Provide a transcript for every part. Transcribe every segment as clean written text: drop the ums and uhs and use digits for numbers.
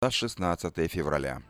16 февраля.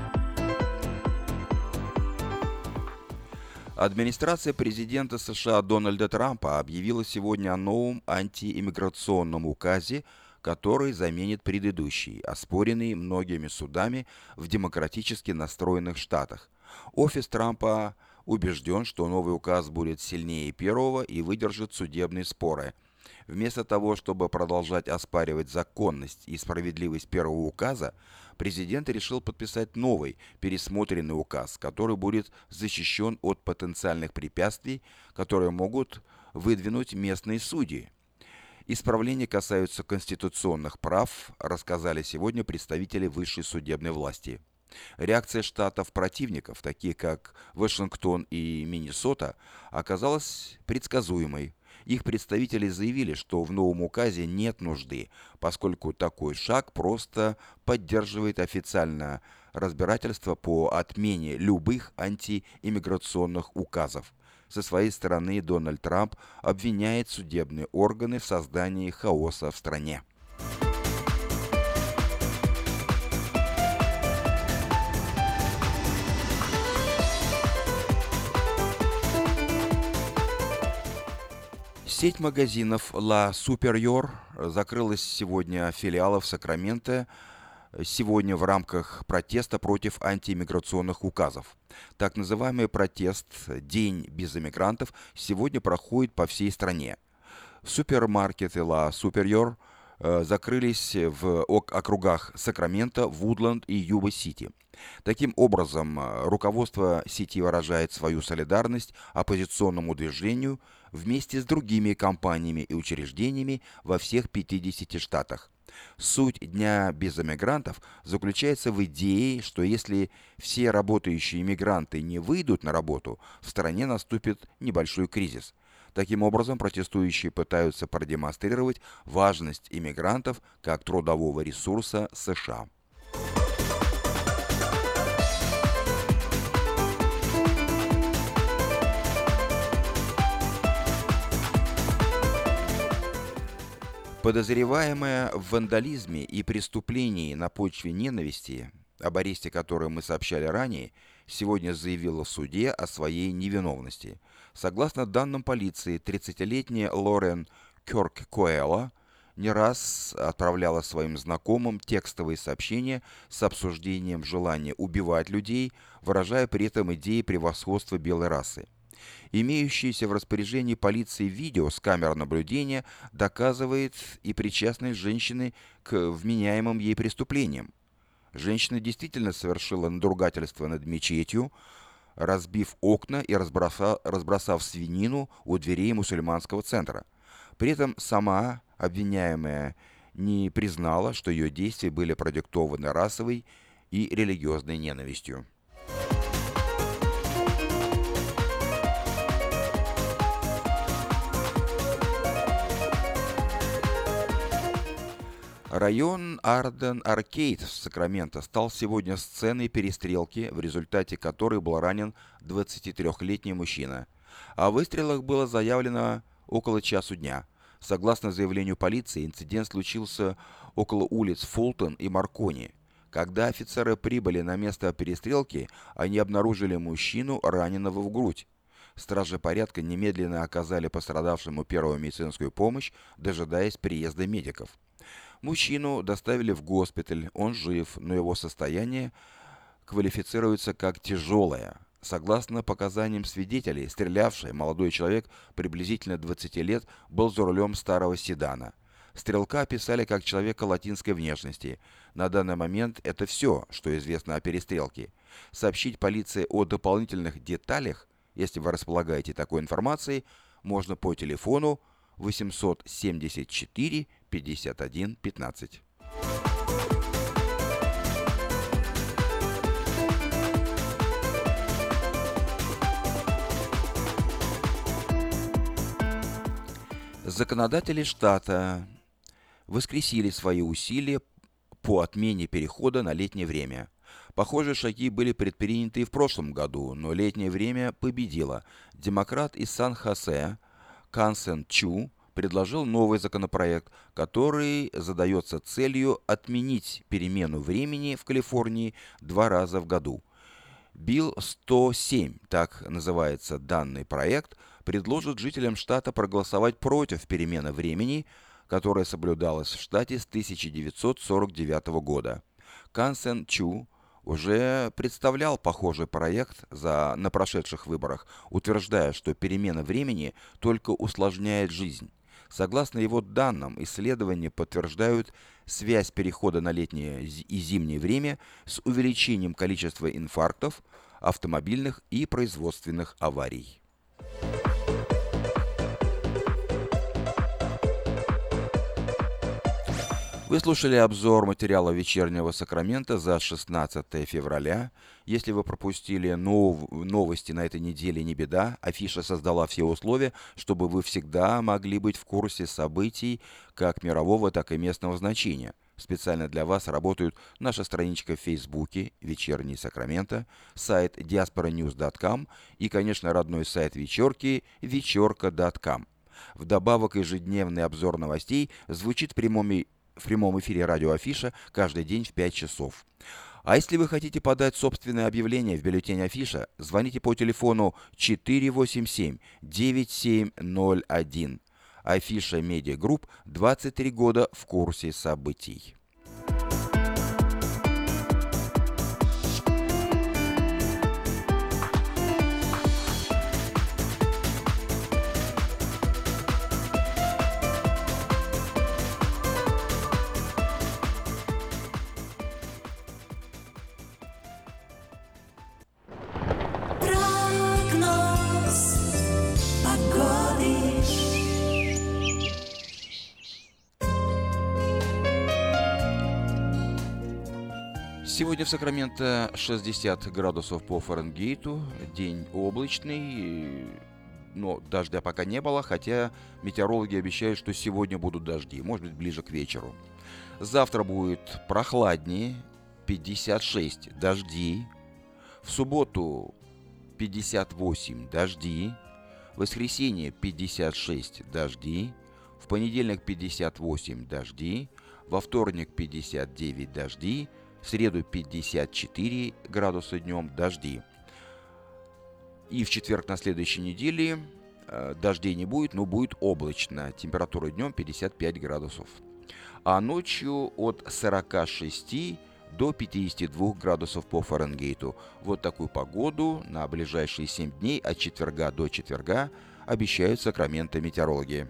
Администрация президента США Дональда Трампа объявила сегодня о новом антииммиграционном указе, который заменит предыдущий, оспоренный многими судами в демократически настроенных штатах. Офис Трампа убежден, что новый указ будет сильнее первого и выдержит судебные споры. Вместо того, чтобы продолжать оспаривать законность и справедливость первого указа, президент решил подписать новый, пересмотренный указ, который будет защищен от потенциальных препятствий, которые могут выдвинуть местные судьи. Исправления касаются конституционных прав, рассказали сегодня представители высшей судебной власти. Реакция штатов-противников, таких как Вашингтон и Миннесота, оказалась предсказуемой. Их представители заявили, что в новом указе нет нужды, поскольку такой шаг просто поддерживает официальное разбирательство по отмене любых антииммиграционных указов. Со своей стороны Дональд Трамп обвиняет судебные органы в создании хаоса в стране. Сеть магазинов La Superior закрылась сегодня филиалов Сакраменто сегодня в рамках протеста против антииммиграционных указов. Так называемый протест «День без иммигрантов» сегодня проходит по всей стране. Супермаркеты La Superior закрылись в округах Сакраменто, Вудланд и Юба-Сити. Таким образом, руководство сети выражает свою солидарность оппозиционному движению вместе с другими компаниями и учреждениями во всех 50 штатах. Суть Дня без иммигрантов заключается в идее, что если все работающие иммигранты не выйдут на работу, в стране наступит небольшой кризис. Таким образом, протестующие пытаются продемонстрировать важность иммигрантов как трудового ресурса США. Подозреваемая в вандализме и преступлении на почве ненависти, об аресте которой мы сообщали ранее, сегодня заявила в суде о своей невиновности. Согласно данным полиции, 30-летняя Лорен Кёрк-Коэлла не раз отправляла своим знакомым текстовые сообщения с обсуждением желания убивать людей, выражая при этом идеи превосходства белой расы. Имеющееся в распоряжении полиции видео с камер наблюдения доказывает и причастность женщины к вменяемым ей преступлениям. Женщина действительно совершила надругательство над мечетью, разбив окна и разбросав свинину у дверей мусульманского центра. При этом сама обвиняемая не признала, что ее действия были продиктованы расовой и религиозной ненавистью. Район Арден-Аркейд в Сакраменто стал сегодня сценой перестрелки, в результате которой был ранен 23-летний мужчина. О выстрелах было заявлено около часу дня. Согласно заявлению полиции, инцидент случился около улиц Фултон и Маркони. Когда офицеры прибыли на место перестрелки, они обнаружили мужчину, раненого в грудь. Стражи порядка немедленно оказали пострадавшему первую медицинскую помощь, дожидаясь приезда медиков. Мужчину доставили в госпиталь, он жив, но его состояние квалифицируется как тяжелое. Согласно показаниям свидетелей, стрелявший молодой человек приблизительно 20 лет был за рулем старого седана. Стрелка описали как человека латинской внешности. На данный момент это все, что известно о перестрелке. Сообщить полиции о дополнительных деталях, если вы располагаете такой информацией, можно по телефону 874 51 15. Законодатели штата воскресили свои усилия по отмене перехода на летнее время. Похожие шаги были предприняты и в прошлом году, но летнее время победило. Демократ из Сан-Хосе Кансен Чу предложил новый законопроект, который задается целью отменить перемену времени в Калифорнии 2 раза в году. Билл 107, так называется данный проект, предложит жителям штата проголосовать против перемены времени, которая соблюдалась в штате с 1949 года. Кансен Чу уже представлял похожий проект на прошедших выборах, утверждая, что перемена времени только усложняет жизнь. Согласно его данным, исследования подтверждают связь перехода на летнее и зимнее время с увеличением количества инфарктов, автомобильных и производственных аварий. Вы слушали обзор материала «Вечернего Сакрамента» за 16 февраля. Если вы пропустили новости на этой неделе, не беда. Афиша создала все условия, чтобы вы всегда могли быть в курсе событий как мирового, так и местного значения. Специально для вас работают наша страничка в Фейсбуке «Вечерний Сакраменто», сайт diasporanews.com и, конечно, родной сайт вечерки вечерка.com. Вдобавок, ежедневный обзор новостей звучит в прямом эфире радио Афиша каждый день в 5 часов. А если вы хотите подать собственное объявление в бюллетень Афиша, звоните по телефону 487-9701. Афиша Медиа Групп, 23 года в курсе событий. Сегодня в Сакраменто 60 градусов по Фаренгейту, день облачный, но дождя пока не было, хотя метеорологи обещают, что сегодня будут дожди, может быть, ближе к вечеру. Завтра будет прохладнее, 56 дожди, в субботу 58 дожди, в воскресенье 56 дожди, в понедельник 58 дожди, во вторник 59 дожди, в среду 54 градуса днем, дожди. И в четверг на следующей неделе дождей не будет, но будет облачно. Температура днем 55 градусов. А ночью от 46 до 52 градусов по Фаренгейту. Вот такую погоду на ближайшие 7 дней от четверга до четверга обещают Сакраменто метеорологи.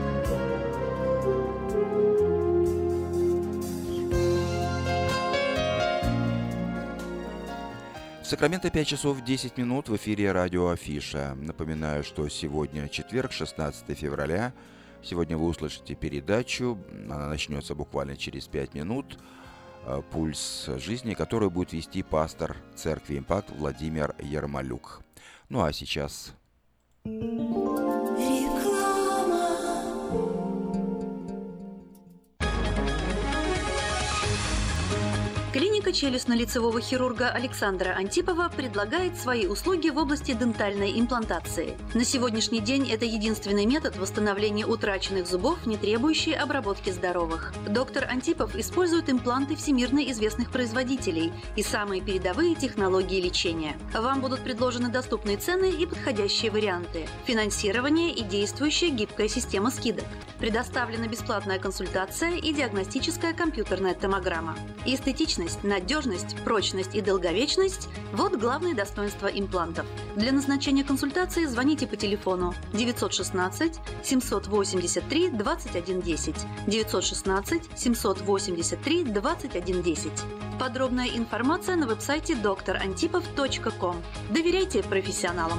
В Сакраменто 5 часов 10 минут в эфире радио Афиша. Напоминаю, что сегодня четверг, 16 февраля. Сегодня вы услышите передачу, она начнется буквально через 5 минут. «Пульс жизни», которую будет вести пастор церкви «Импакт» Владимир Ермолюк. Ну а сейчас... Клиника челюстно-лицевого хирурга Александра Антипова предлагает свои услуги в области дентальной имплантации. На сегодняшний день это единственный метод восстановления утраченных зубов, не требующий обработки здоровых. Доктор Антипов использует импланты всемирно известных производителей и самые передовые технологии лечения. Вам будут предложены доступные цены и подходящие варианты. Финансирование и действующая гибкая система скидок. Предоставлена бесплатная консультация и диагностическая компьютерная томограмма. Эстетичность, надежность, прочность и долговечность – вот главные достоинства имплантов. Для назначения консультации звоните по телефону 916 783 2110, 916 783 2110. Подробная информация на веб-сайте drantipov.com. Доверяйте профессионалам.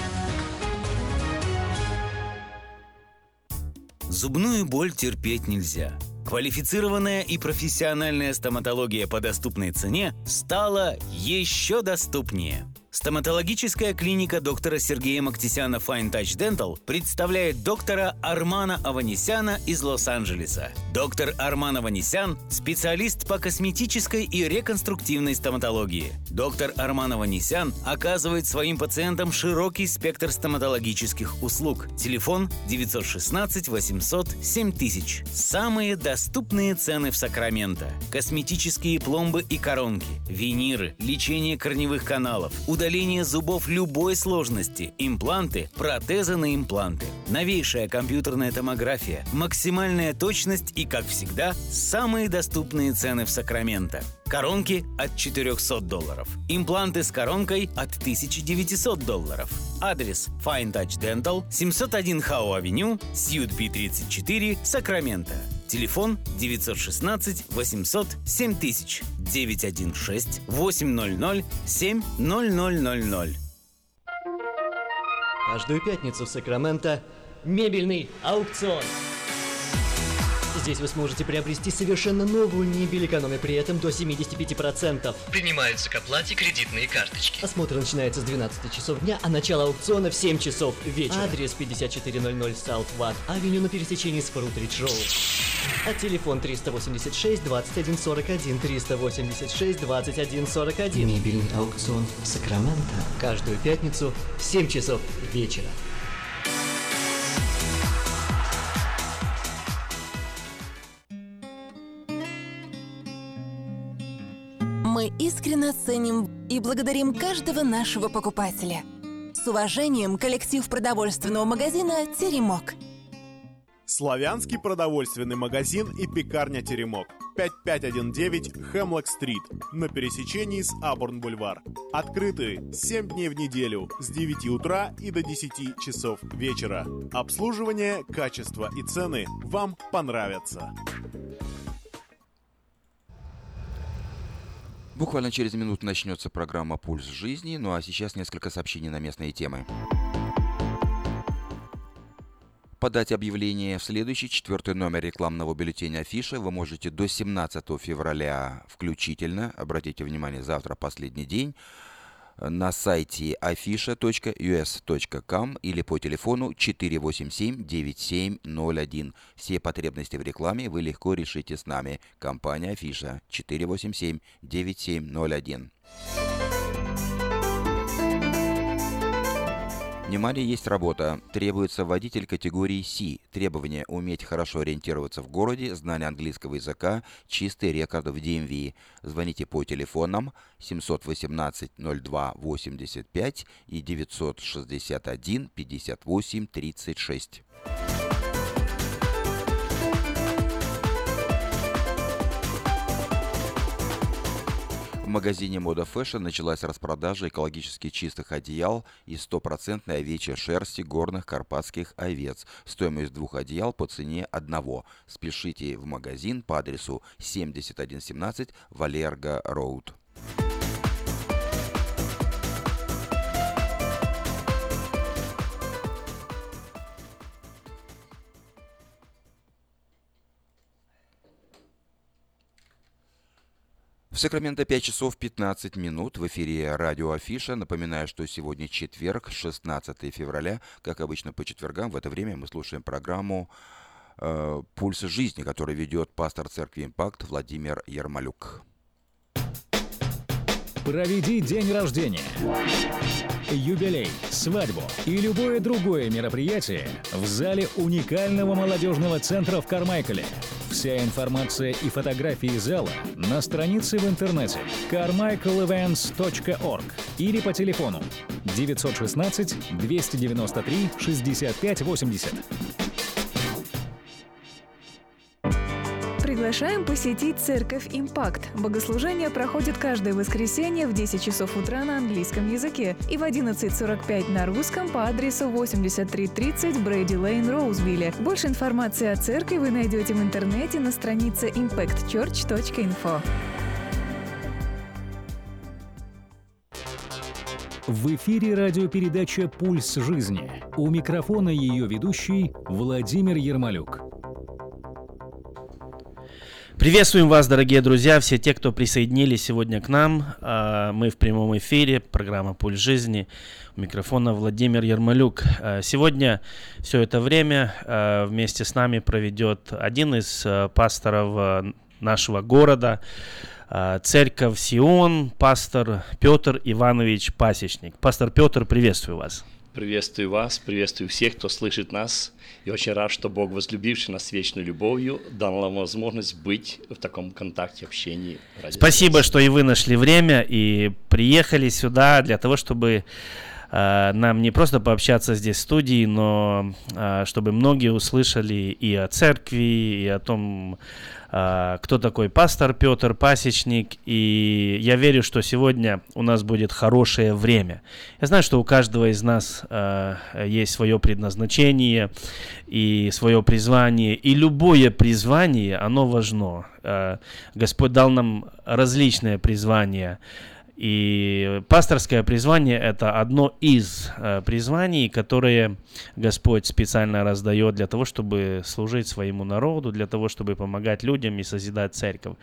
Зубную боль терпеть нельзя. Квалифицированная и профессиональная стоматология по доступной цене стала еще доступнее. Стоматологическая клиника доктора Сергея Мактисяна Fine Touch Dental представляет доктора Армана Аванесяна из Лос-Анджелеса. Доктор Арман Аванесян – специалист по косметической и реконструктивной стоматологии. Доктор Арман Аванесян оказывает своим пациентам широкий спектр стоматологических услуг. Телефон 916 800 7000. Самые доступные цены в Сакраменто. Косметические пломбы и коронки, виниры, лечение корневых каналов, удаление зубов любой сложности, импланты, протезы на импланты, новейшая компьютерная томография, максимальная точность и, как всегда, самые доступные цены в Сакраменто. Коронки от $400, импланты с коронкой от $1900. Адрес Fine Touch Dental, 701 Хау-авеню, Сьют Би-34, Сакраменто. Телефон 916 800 7000 916 800 7000. Каждую пятницу в Сакраменто мебельный аукцион. Здесь вы сможете приобрести совершенно новую мебель, экономя при этом до 75%. Принимаются к оплате кредитные карточки. Осмотр начинается с 12 часов дня, а начало аукциона в 7 часов вечера. Адрес 5400 South Watt Авеню на пересечении с Фрутридж Роуд. А телефон 386 21 41 386 21 41. Мебельный аукцион в Сакраменто. Каждую пятницу в 7 часов вечера. Мы искренне ценим и благодарим каждого нашего покупателя. С уважением, коллектив продовольственного магазина «Теремок». Славянский продовольственный магазин и пекарня «Теремок». 5519 Хемлок-стрит на пересечении с Абурн-бульвар. Открыты 7 дней в неделю с 9 утра и до 10 часов вечера. Обслуживание, качество и цены вам понравятся. Буквально через минуту начнется программа «Пульс жизни», ну а сейчас несколько сообщений на местные темы. Подать объявление в следующий 4-й номер рекламного бюллетеня «Афиша» вы можете до 17 февраля включительно. Обратите внимание, завтра последний день. На сайте afisha.us.com или по телефону 487-9701. Все потребности в рекламе вы легко решите с нами. Компания «Афиша» 487-9701. Внимание, есть работа. Требуется водитель категории C. Требование: уметь хорошо ориентироваться в городе, знание английского языка, чистый рекорд в DMV. Звоните по телефонам 718-02-85 и 961-58-36. В магазине Moda Fashion началась распродажа экологически чистых одеял из 100% овечьей шерсти горных карпатских овец. Стоимость 2 одеял по цене одного. Спешите в магазин по адресу 7117 Валерго Роуд. В Сакраменто 5 часов 15 минут. В эфире радио Афиша. Напоминаю, что сегодня четверг, 16 февраля. Как обычно по четвергам в это время мы слушаем программу «Пульс жизни», которую ведет пастор церкви «Импакт» Владимир Ермолюк. Проведи день рождения, юбилей, свадьбу и любое другое мероприятие в зале уникального молодежного центра в Кармайкле. Вся информация и фотографии зала на странице в интернете carmichaelevents.org или по телефону 916 293 65 80. Приглашаем посетить церковь «Импакт». Богослужение проходит каждое воскресенье в 10 часов утра на английском языке и в 11:45 на русском по адресу 8330 Брейди Лейн, Роузвилле. Больше информации о церкви вы найдете в интернете на странице impactchurch.info. В эфире радиопередача «Пульс жизни». У микрофона ее ведущий Владимир Ермолюк. Приветствуем вас, дорогие друзья, все те, кто присоединились сегодня к нам. Мы в прямом эфире, программа «Пульс жизни». У микрофона Владимир Ермолюк. Сегодня все это время вместе с нами проведет один из пасторов нашего города, церковь Сион, пастор Петр Иванович Пасечник. Пастор Петр, приветствую вас. Приветствую вас, приветствую всех, кто слышит нас. И очень рад, что Бог, возлюбивший нас вечной любовью, дал нам возможность быть в таком контакте, общении. Спасибо, что и вы нашли время и приехали сюда для того, чтобы нам не просто пообщаться здесь в студии, но чтобы многие услышали и о церкви, и о том, кто такой пастор Петр Пасечник. И я верю, что сегодня у нас будет хорошее время. Я знаю, что у каждого из нас есть свое предназначение и свое призвание. И любое призвание, оно важно. Господь дал нам различные призвания. И пасторское призвание – это одно из призваний, которые Господь специально раздает для того, чтобы служить своему народу, для того, чтобы помогать людям и созидать церковь.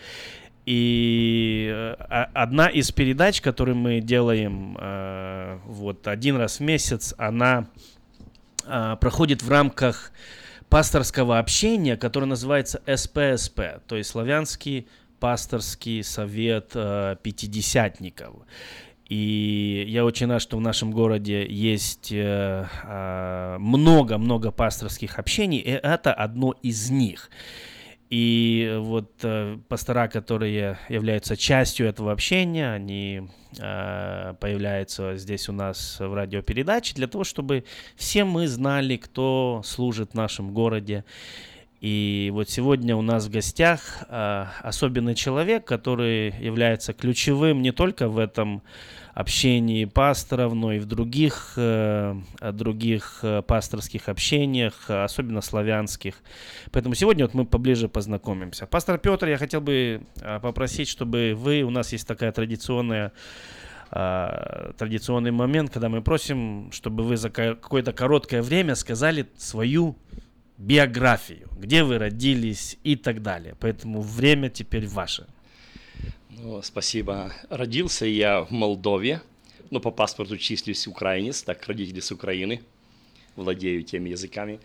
И одна из передач, которую мы делаем вот один раз в месяц, она проходит в рамках пасторского общения, которое называется СПСП, то есть славянский пасторский совет пятидесятников. И я очень рад, что в нашем городе есть много-много пасторских общений, и это одно из них. И вот пастора, которые являются частью этого общения, они появляются здесь у нас в радиопередаче для того, чтобы все мы знали, кто служит в нашем городе. И вот сегодня у нас в гостях особенный человек, который является ключевым не только в этом общении пасторов, но и в других пасторских общениях, особенно славянских. Поэтому сегодня вот мы поближе познакомимся. Пастор Петр, я хотел бы попросить, чтобы вы, у нас есть такая традиционный момент, когда мы просим, чтобы вы за какое-то короткое время сказали свою биографию, где вы родились и так далее. Поэтому время теперь ваше. Ну, спасибо. Родился я в Молдове, но по паспорту числюсь украинец, так родители с Украины, владею теми языками.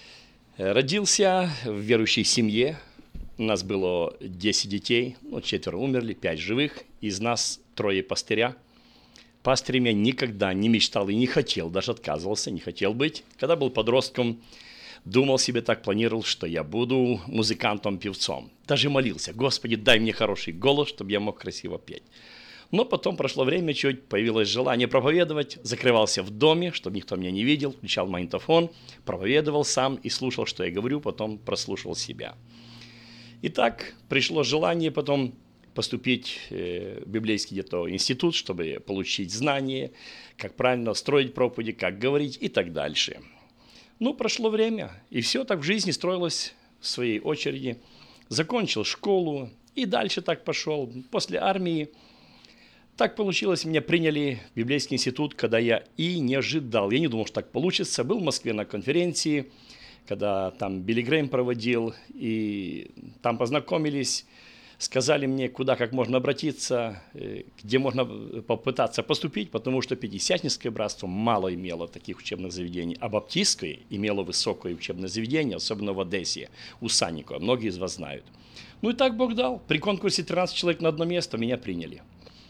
Родился в верующей семье, у нас было 10 детей, 4 умерли, 5 живых, из нас 3 пастыря. Пастырем я никогда не мечтал и не хотел, даже отказывался, не хотел быть. Когда был подростком, думал себе так, планировал, что я буду музыкантом-певцом. Даже молился: Господи, дай мне хороший голос, чтобы я мог красиво петь. Но потом прошло время, чуть появилось желание проповедовать. Закрывался в доме, чтобы никто меня не видел, включал магнитофон, проповедовал сам и слушал, что я говорю, потом прослушивал себя. И так пришло желание потом поступить в библейский где-то институт, чтобы получить знания, как правильно строить проповеди, как говорить и так дальше. Ну, прошло время, и все так в жизни строилось в своей очереди. Закончил школу, и дальше так пошел. После армии так получилось, меня приняли в библейский институт, когда я и не ожидал. Я не думал, что так получится. Был в Москве на конференции, когда там Билли Грэм проводил, и там познакомились. Сказали мне, куда, как можно обратиться, где можно попытаться поступить, потому что Пятидесятническое братство мало имело таких учебных заведений, а Баптистское имело высокое учебное заведение, особенно в Одессе, у Санникова, многие из вас знают. Ну и так Бог дал. При конкурсе 13 человек на одно место меня приняли.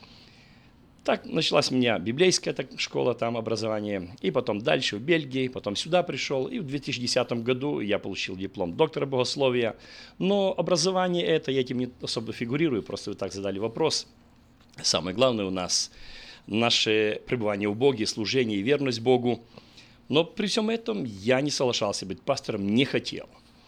Так началась у меня библейская школа, там образование, и потом дальше в Бельгии, потом сюда пришел, и в 2010 году я получил диплом доктора богословия. Но образование это, я этим не особо фигурирую, просто вы так задали вопрос. Самое главное у нас наше пребывание в Боге, служение и верность Богу. Но при всем этом я не соглашался быть пастором, не хотел.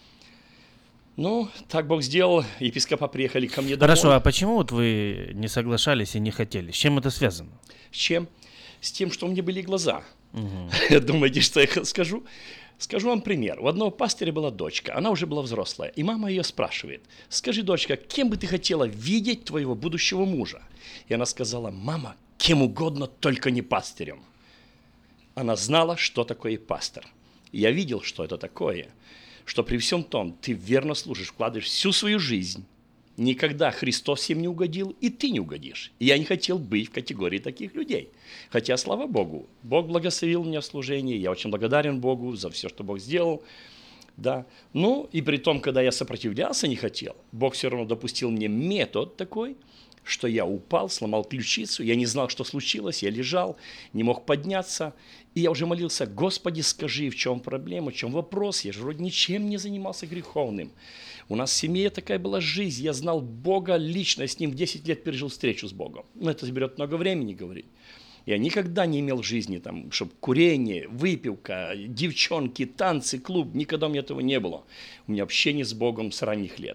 Ну, так Бог сделал, епископа приехали ко мне домой. Хорошо, а почему вот вы не соглашались и не хотели? С чем это связано? С чем? С тем, что у меня были глаза. Угу. Думаете, что я скажу? Скажу вам пример. У одного пастыря была дочка, она уже была взрослая, и мама ее спрашивает: скажи, дочка, кем бы ты хотела видеть твоего будущего мужа? И она сказала: мама, кем угодно, только не пастырем. Она знала, что такое пастор. И я видел, что это такое. Что при всем том ты верно служишь, вкладываешь всю свою жизнь, Никогда Христос всем не угодил, и ты не угодишь. И я не хотел быть в категории таких людей. Хотя, слава Богу, Бог благословил меня в служении, я очень благодарен Богу за все, что Бог сделал. Да. Ну, и при том, когда я сопротивлялся, не хотел, Бог все равно допустил мне метод такой, что я упал, сломал ключицу, я не знал, что случилось, я лежал, не мог подняться, и я уже молился: Господи, скажи, в чем проблема, в чем вопрос, я же вроде ничем не занимался греховным. У нас в семье такая была жизнь, я знал Бога лично, с Ним в 10 лет пережил встречу с Богом. Но это заберет много времени говорить. Я никогда не имел в жизни, там, чтобы курение, выпивка, девчонки, танцы, клуб, никогда у меня этого не было. У меня общение с Богом с ранних лет.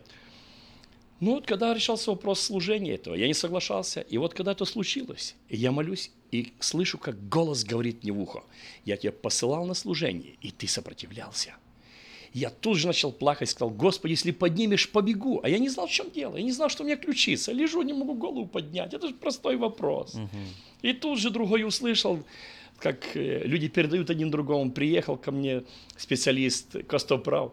Ну вот, когда решался вопрос служения этого, я не соглашался. И вот когда это случилось, я молюсь и слышу, как голос говорит мне в ухо: я тебя посылал на служение, и ты сопротивлялся. Я тут же начал плакать, сказал: Господи, если поднимешь, побегу. А я не знал, в чем дело, я не знал, что у меня ключица. Лежу, не могу голову поднять, это же простой вопрос. И тут же другой услышал, как люди передают один другому. Приехал ко мне специалист Костоправ.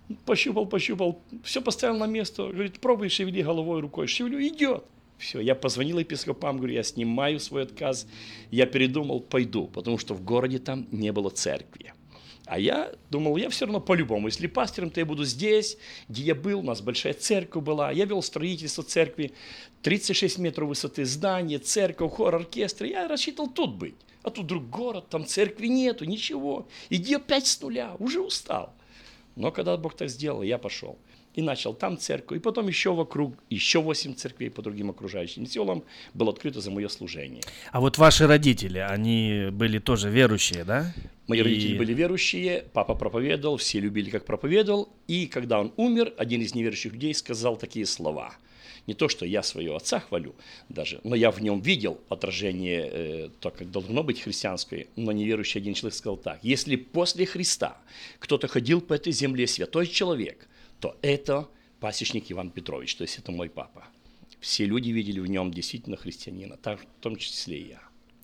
Пощупал, все поставил на место, говорит: пробуй, шевели головой, рукой. Шевелю, идет. Все, я позвонил епископам, говорю: я снимаю свой отказ. Я передумал, пойду, потому что в городе там не было церкви. А я думал, я все равно по-любому, если пастором, то я буду здесь, где я был, у нас большая церковь была. Я вел строительство церкви, 36 метров высоты здания, церковь, хор, оркестр. Я рассчитывал тут быть. А тут вдруг город, там церкви нету, ничего. Иди опять с нуля, уже устал. Но когда Бог так сделал, я пошел. И начал там церковь, и потом еще вокруг, еще 8 церквей по другим окружающим селам было открыто за мое служение. А вот ваши родители, они были тоже верующие, да? Мои родители были верующие, папа проповедовал, все любили, как проповедовал. И когда он умер, один из неверующих людей сказал такие слова. Не то, что я своего отца хвалю даже, но я в нем видел отражение, то, как должно быть христианское, но неверующий один человек сказал так: если после Христа кто-то ходил по этой земле, святой человек, то это пасечник Иван Петрович, то есть это мой папа. Все люди видели в нем действительно христианина, в том числе и я.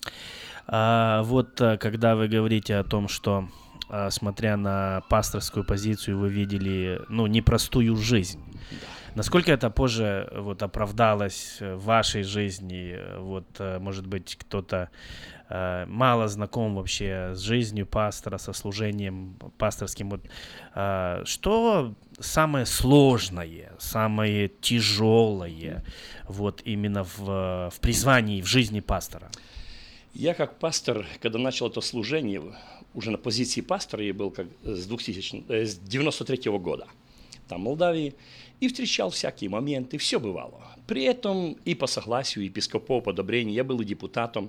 А вот когда вы говорите о том, что, смотря на пасторскую позицию, вы видели, непростую жизнь, да. Насколько это позже вот оправдалось в вашей жизни? Вот, может быть, кто-то мало знаком вообще с жизнью пастора, со служением пасторским. Вот, что самое сложное, самое тяжелое вот именно в призвании, в жизни пастора? Я как пастор, когда начал это служение, уже на позиции пастора я был с 93 года, там в Молдавии, и встречал всякие моменты, все бывало. При этом и по согласию епископов, по одобрению, я был и депутатом,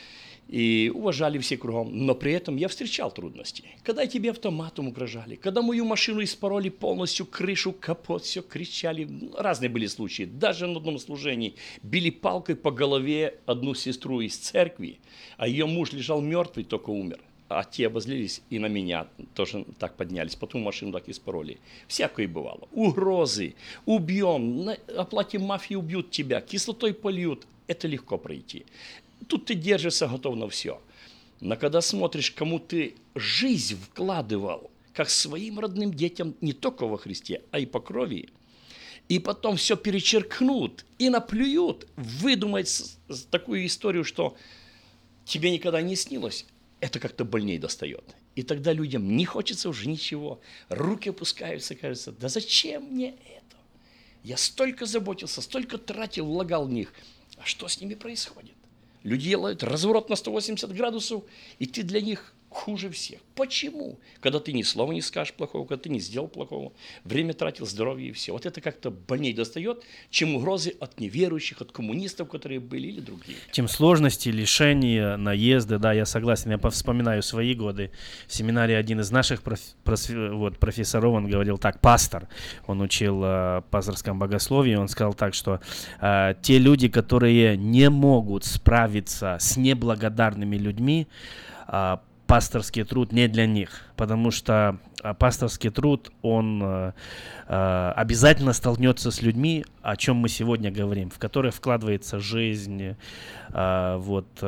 и уважали все кругом, но при этом я встречал трудности. Когда тебе автоматом угрожали, когда мою машину испороли полностью, крышу, капот, все кричали, разные были случаи. Даже на одном служении били палкой по голове одну сестру из церкви, а ее муж лежал мертвый, только умер. А те обозлились и на меня тоже так поднялись, потом машину так испороли. Всякое бывало. Угрозы, убьем, оплатим мафии, убьют тебя, кислотой польют. Это легко пройти. Тут ты держишься, готов на все. Но когда смотришь, кому ты жизнь вкладывал, как своим родным детям, не только во Христе, а и по крови, и потом все перечеркнут и наплюют, выдумать такую историю, что тебе никогда не снилось, это как-то больнее достает. И тогда людям не хочется уже ничего. Руки опускаются, кажется, да зачем мне это? Я столько заботился, столько тратил, влагал в них. А что с ними происходит? Люди делают разворот на 180 градусов, и ты для них хуже всех. Почему? Когда ты ни слова не скажешь плохого, когда ты не сделал плохого, время тратил, здоровье и все. Вот это как-то больнее достает, чем угрозы от неверующих, от коммунистов, которые были, или другие. Чем сложности, лишения, наезды, да, я согласен. Я вспоминаю свои годы. В семинаре один из наших профессоров, он говорил так, пастор, он учил пасторском богословии, он сказал так, что те люди, которые не могут справиться с неблагодарными людьми, пасторский труд не для них, потому что пасторский труд, он обязательно столкнется с людьми, о чем мы сегодня говорим, в которые вкладывается жизнь,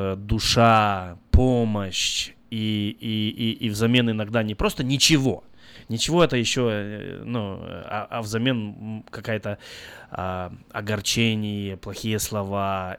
душа, помощь и взамен иногда не просто ничего, Ничего это еще, а взамен какая-то огорчение, плохие слова.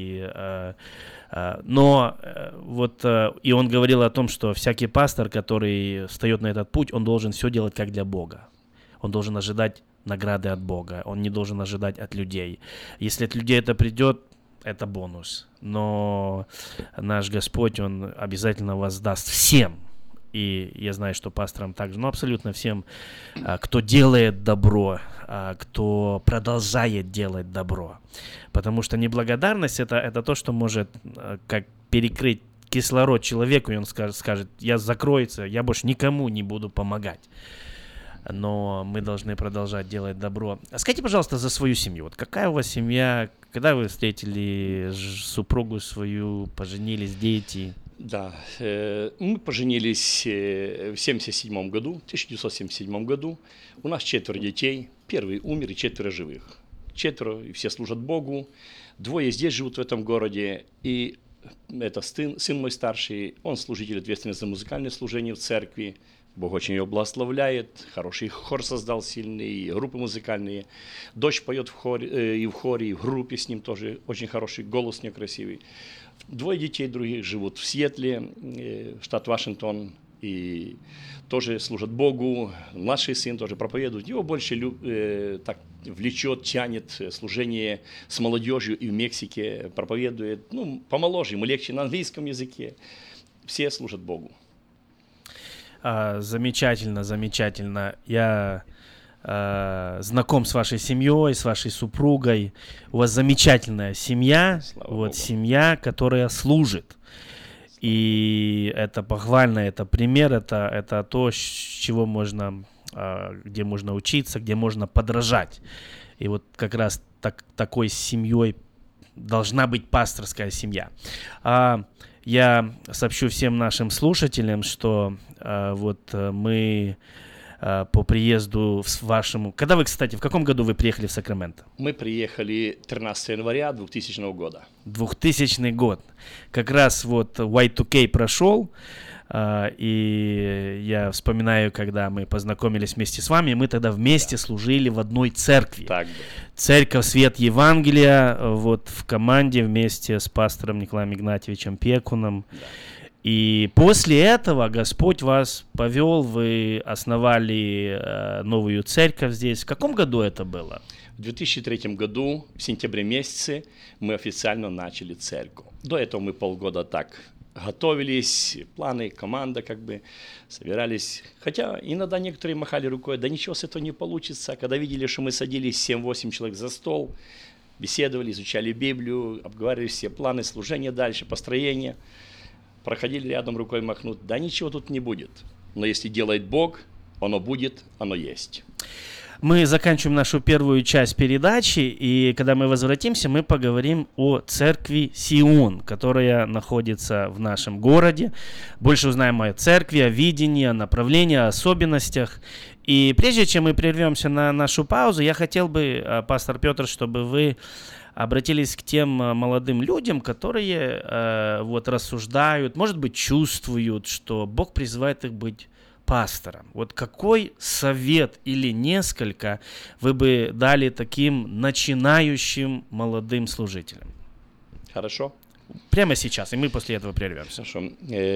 Но и он говорил о том, что всякий пастор, который встает на этот путь, он должен все делать как для Бога. Он должен ожидать награды от Бога, он не должен ожидать от людей. Если от людей это придет, это бонус. Но наш Господь, Он обязательно воздаст всем. И я знаю, что пасторам также, абсолютно всем, кто делает добро, кто продолжает делать добро. Потому что неблагодарность это то, что может как перекрыть кислород человеку, и он скажет, я закроется, я больше никому не буду помогать. Но мы должны продолжать делать добро. А скажите, пожалуйста, за свою семью. Вот какая у вас семья, когда вы встретили супругу свою, поженились, дети? Да, мы поженились в 1977 году. У нас 4 детей. Первый умер и 4 живых. 4, и все служат Богу. 2 здесь живут в этом городе. И это сын мой старший, он служитель, ответственный за музыкальное служение в церкви. Бог очень его благословляет, хороший хор создал сильный, и группы музыкальные. Дочь поет в хоре, и в группе с ним тоже очень хороший голос, у нее красивый. 2 детей других живут в Сиэтле, штат Вашингтон, и тоже служат Богу. Младший сын тоже проповедует. Его больше так влечет, тянет служение с молодежью и в Мексике проповедует. Помоложе, ему легче на английском языке. Все служат Богу. Замечательно, замечательно. Я знаком с вашей семьей, с вашей супругой. У вас замечательная семья, семья, которая служит. И это похвально, это пример, это то, с чего можно, где можно учиться, где можно подражать. И вот как раз такой семьей должна быть пасторская семья. Я сообщу всем нашим слушателям, что мы по приезду вашему... Когда вы, кстати, в каком году вы приехали в Сакраменто? Мы приехали 13 января 2000 года. 2000 год. Как раз Y2K прошел, и я вспоминаю, когда мы познакомились вместе с вами, мы тогда вместе служили в одной церкви. Так, да. Церковь Свет Евангелия, в команде вместе с пастором Николаем Игнатьевичем Пекуном. Да. И после этого Господь вас повел, вы основали новую церковь здесь. В каком году это было? В 2003 году, в сентябре месяце, мы официально начали церковь. До этого мы полгода так готовились, планы, команда собирались. Хотя иногда некоторые махали рукой, да ничего с этого не получится. Когда видели, что мы садились 7-8 человек за стол, беседовали, изучали Библию, обговаривали все планы служения дальше, построения, проходили рядом, рукой махнуть, да ничего тут не будет. Но если делает Бог, оно будет, оно есть. Мы заканчиваем нашу первую часть передачи, и когда мы возвратимся, мы поговорим о церкви Сион, которая находится в нашем городе. Больше узнаем о церкви, о видении, о направлении, о особенностях. И прежде чем мы прервемся на нашу паузу, я хотел бы, пастор Петр, чтобы вы обратились к тем молодым людям, которые рассуждают, может быть, чувствуют, что Бог призывает их быть пастором. Какой совет или несколько вы бы дали таким начинающим молодым служителям? Хорошо. Прямо сейчас, и мы после этого прервемся. Хорошо.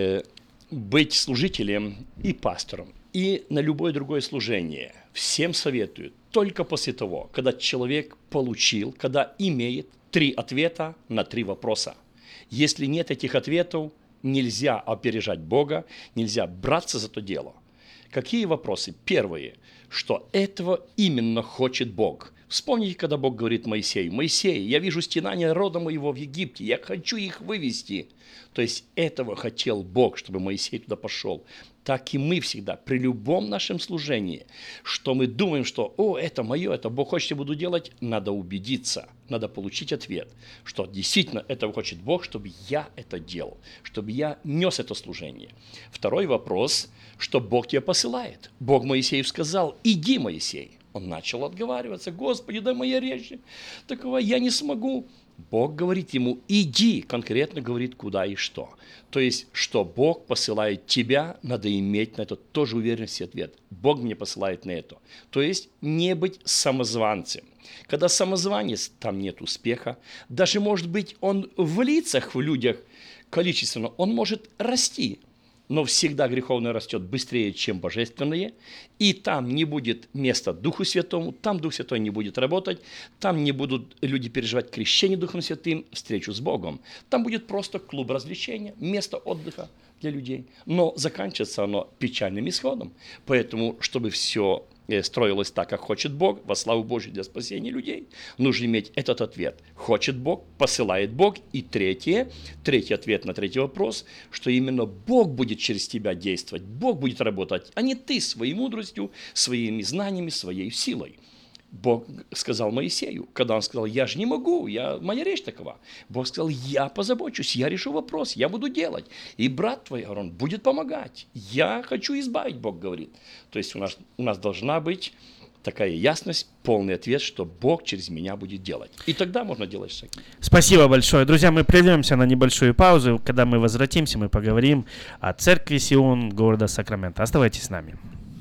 Быть служителем и пастором, и на любое другое служение всем советую только после того, когда человек получил, когда имеет 3 ответа на 3 вопроса. Если нет этих ответов, нельзя опережать Бога, нельзя браться за то дело. Какие вопросы? Первое, что этого именно хочет Бог. Вспомните, когда Бог говорит Моисею: «Моисей, я вижу стенание народа моего в Египте, я хочу их вывести». То есть этого хотел Бог, чтобы Моисей туда пошел. Так и мы всегда, при любом нашем служении, что мы думаем, что это мое, это Бог хочет, я буду делать, надо убедиться, надо получить ответ, что действительно этого хочет Бог, чтобы я это делал, чтобы я нес это служение. Второй вопрос, что Бог тебя посылает. Бог Моисею сказал: «Иди, Моисей». Он начал отговариваться: «Господи, да моя речь такова, я не смогу». Бог говорит ему, иди, конкретно говорит, куда и что. То есть, что Бог посылает тебя, надо иметь на это тоже уверенность и ответ. Бог меня посылает на это. То есть, не быть самозванцем. Когда самозванец, там нет успеха. Даже, может быть, он в лицах, в людях количественно, он может расти. Но всегда греховное растет быстрее, чем божественное, и там не будет места Духу Святому, там Дух Святой не будет работать, там не будут люди переживать крещение Духом Святым, встречу с Богом. Там будет просто клуб развлечения, место отдыха для людей. Но заканчивается оно печальным исходом. Поэтому, чтобы все строилось так, как хочет Бог, во славу Божию для спасения людей, нужно иметь этот ответ. Хочет Бог, посылает Бог. И третий ответ на третий вопрос, что именно Бог будет через тебя действовать, Бог будет работать, а не ты своей мудростью, своими знаниями, своей силой. Бог сказал Моисею, когда он сказал, я же не могу, моя речь такова. Бог сказал, я позабочусь, я решу вопрос, я буду делать. И брат твой, Аарон, будет помогать. Я хочу избавить, Бог говорит. То есть у нас должна быть такая ясность, полный ответ, что Бог через меня будет делать. И тогда можно делать шаги. Спасибо большое. Друзья, мы прервемся на небольшую паузу. Когда мы возвратимся, мы поговорим о церкви Сион города Сакраменто. Оставайтесь с нами.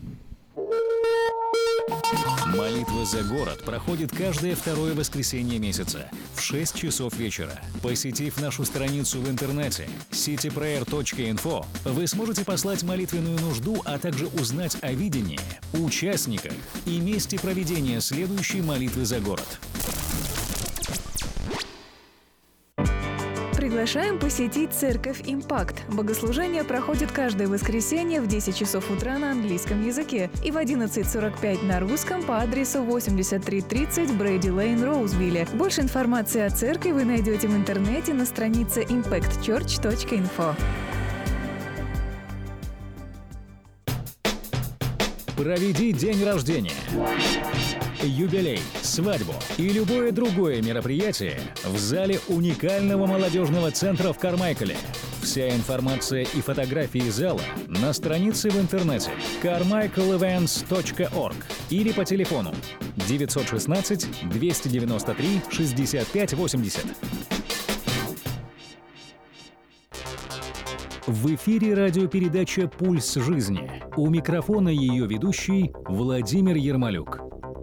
Молитва за город проходит каждое второе воскресенье месяца в 6 часов вечера. Посетив нашу страницу в интернете cityprayer.info, вы сможете послать молитвенную нужду, а также узнать о видении, участниках и месте проведения следующей молитвы за город. Приглашаем посетить церковь «Импакт». Богослужение проходит каждое воскресенье в 10 часов утра на английском языке и в 11:45 на русском по адресу 8330 Брейди Лейн, Роузвилле. Больше информации о церкви вы найдете в интернете на странице impactchurch.info. Проведи день рождения, юбилей, свадьбу и любое другое мероприятие в зале уникального молодежного центра в Кармайкале. Вся информация и фотографии зала на странице в интернете carmichaelevents.org или по телефону 916 293 65 80. В эфире радиопередача «Пульс жизни». У микрофона ее ведущий Владимир Ермолюк.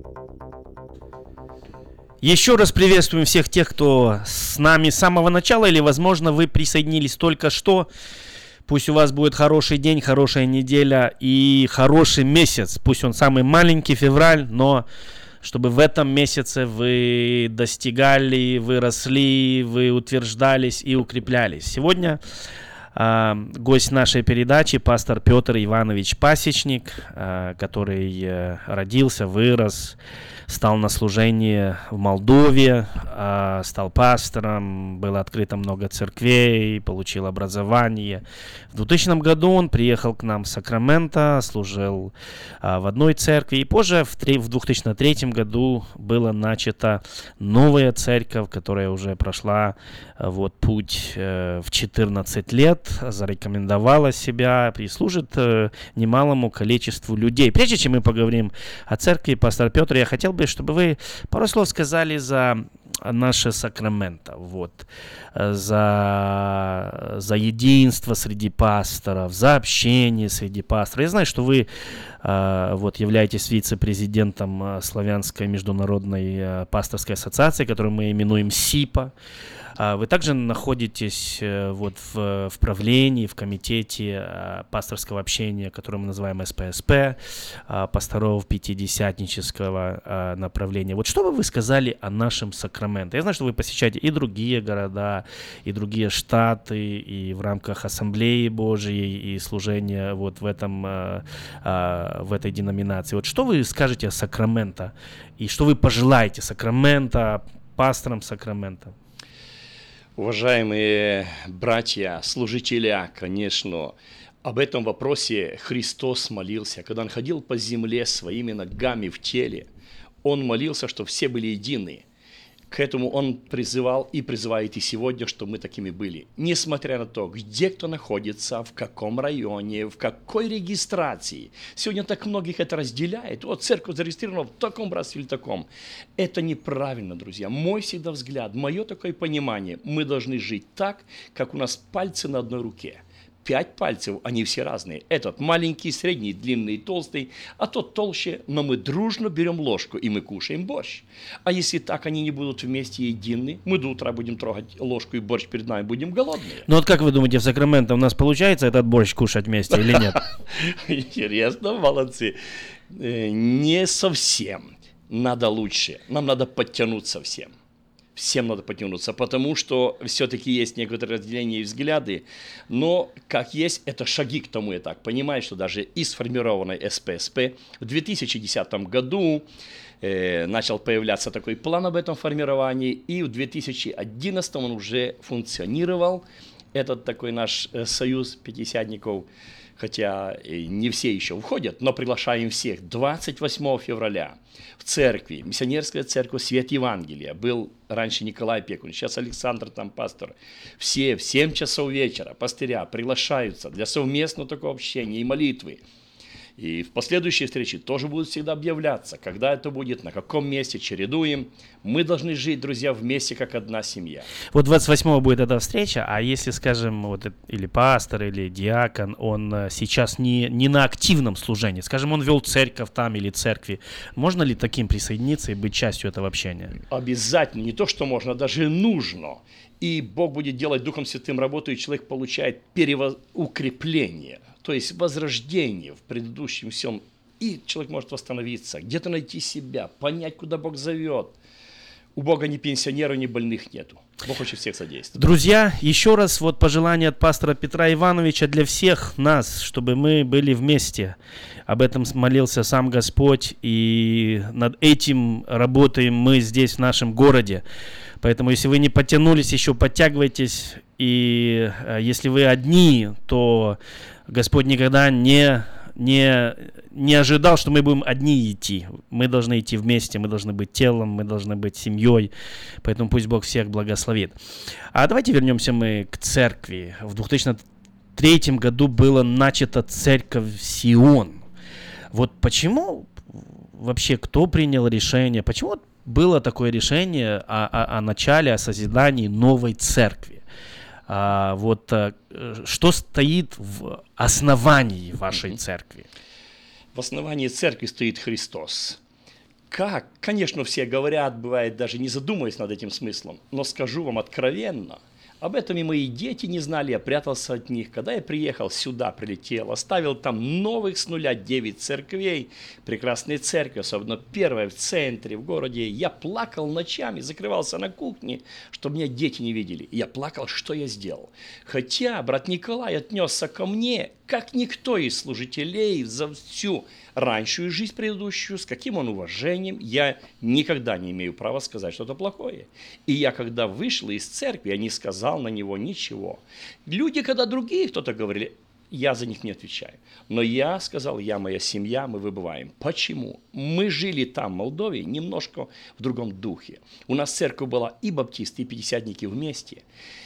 Еще раз приветствуем всех тех, кто с нами с самого начала, или, возможно, вы присоединились только что. Пусть у вас будет хороший день, хорошая неделя и хороший месяц. Пусть он самый маленький, февраль, но чтобы в этом месяце вы достигали, вы росли, вы утверждались и укреплялись. Сегодня гость нашей передачи, пастор Петр Иванович Пасечник, который родился, вырос, стал на служении в Молдове, стал пастором, было открыто много церквей, получил образование. В 2000 году он приехал к нам в Сакраменто, служил в одной церкви, и позже в 2003 году была начата новая церковь, которая уже прошла путь в 14 лет, зарекомендовала себя и служит немалому количеству людей. Прежде чем мы поговорим о церкви, пастор Петр, я хотел бы, чтобы вы пару слов сказали за наше Сакраменто, за единство среди пасторов, за общение среди пасторов. Я знаю, что вы являетесь вице-президентом Славянской международной пасторской ассоциации, которую мы именуем СИПА. Вы также находитесь в правлении, в комитете пасторского общения, который мы называем СПСП, пасторов пятидесятнического направления. Что бы вы сказали о нашем Сакраменто? Я знаю, что вы посещаете и другие города, и другие штаты, и в рамках Ассамблеи Божьей, и служения в этой деноминации. Что вы скажете о Сакраменто? И что вы пожелаете Сакраменто, пасторам Сакраменто? Уважаемые братья, служители, конечно, об этом вопросе Христос молился. Когда Он ходил по земле своими ногами в теле, Он молился, чтобы все были едины. К этому он призывал и призывает и сегодня, чтобы мы такими были. Несмотря на то, где кто находится, в каком районе, в какой регистрации. Сегодня так многих это разделяет. Вот церковь зарегистрирована в таком братстве или таком. Это неправильно, друзья. Мой всегда взгляд, мое такое понимание. Мы должны жить так, как у нас пальцы на одной руке. 5 пальцев, они все разные. Этот маленький, средний, длинный, толстый, а тот толще, но мы дружно берем ложку, и мы кушаем борщ. А если так они не будут вместе едины, мы до утра будем трогать ложку и борщ перед нами, будем голодные. Ну вот как вы думаете, в Сакраменто у нас получается этот борщ кушать вместе или нет? Интересно, молодцы. Не совсем. Надо лучше. Нам надо подтянуться всем. Всем надо подтянуться, потому что все-таки есть некоторые разделения и взгляды, но как есть, это шаги к тому, я так понимаю, что даже и сформированной СПСП в 2010 году начал появляться такой план об этом формировании, и в 2011 он уже функционировал, этот такой наш союз пятидесятников, хотя не все еще входят, но приглашаем всех 28 февраля в церкви, миссионерская церковь Свет Евангелия, был раньше Николай Пекун, сейчас Александр там пастор, все в 7 часов вечера пастыря приглашаются для совместного такого общения и молитвы. И в последующие встречи тоже будут всегда объявляться, когда это будет, на каком месте, чередуем. Мы должны жить, друзья, вместе, как одна семья. Вот 28-го будет эта встреча, а если, скажем, вот или пастор, или диакон, он сейчас не на активном служении, скажем, он вел церковь там или церкви, можно ли таким присоединиться и быть частью этого общения? Обязательно, не то, что можно, даже нужно. И Бог будет делать Духом Святым работу, и человек получает укрепление. То есть возрождение в предыдущем всем, и человек может восстановиться, где-то найти себя, понять, куда Бог зовет. У Бога ни пенсионеров, ни больных нету. Бог хочет всех содействовать. Друзья, еще раз вот пожелание от пастора Петра Ивановича для всех нас, чтобы мы были вместе. Об этом молился сам Господь, и над этим работаем мы здесь, в нашем городе. Поэтому, если вы не подтянулись еще, подтягивайтесь. И если вы одни, то Господь никогда не ожидал, что мы будем одни идти. Мы должны идти вместе, мы должны быть телом, мы должны быть семьей. Поэтому пусть Бог всех благословит. А давайте вернемся мы к церкви. В 2003 году была начата церковь Сион. Вот почему вообще, кто принял решение, почему было такое решение о начале, о созидании новой церкви? Что стоит в основании вашей церкви? В основании церкви стоит Христос. Как? Конечно, все говорят, бывает, даже не задумываясь над этим смыслом, но скажу вам откровенно, об этом и мои дети не знали, я прятался от них. Когда я приехал сюда, прилетел, оставил там новых с нуля 9 церквей, прекрасные церкви, особенно первая в центре, в городе. Я плакал ночами, закрывался на кухне, чтобы меня дети не видели. Я плакал, что я сделал. Хотя брат Николай отнесся ко мне, как никто из служителей за всю раньшую жизнь предыдущую, с каким он уважением, я никогда не имею права сказать что-то плохое. И я, когда вышел из церкви, я не сказал на него ничего. Люди, когда другие кто-то говорили, я за них не отвечаю. Но я сказал, моя семья, мы выбываем. Почему? Мы жили там, в Молдове, немножко в другом духе. У нас церковь была и баптисты, и пятидесятники вместе.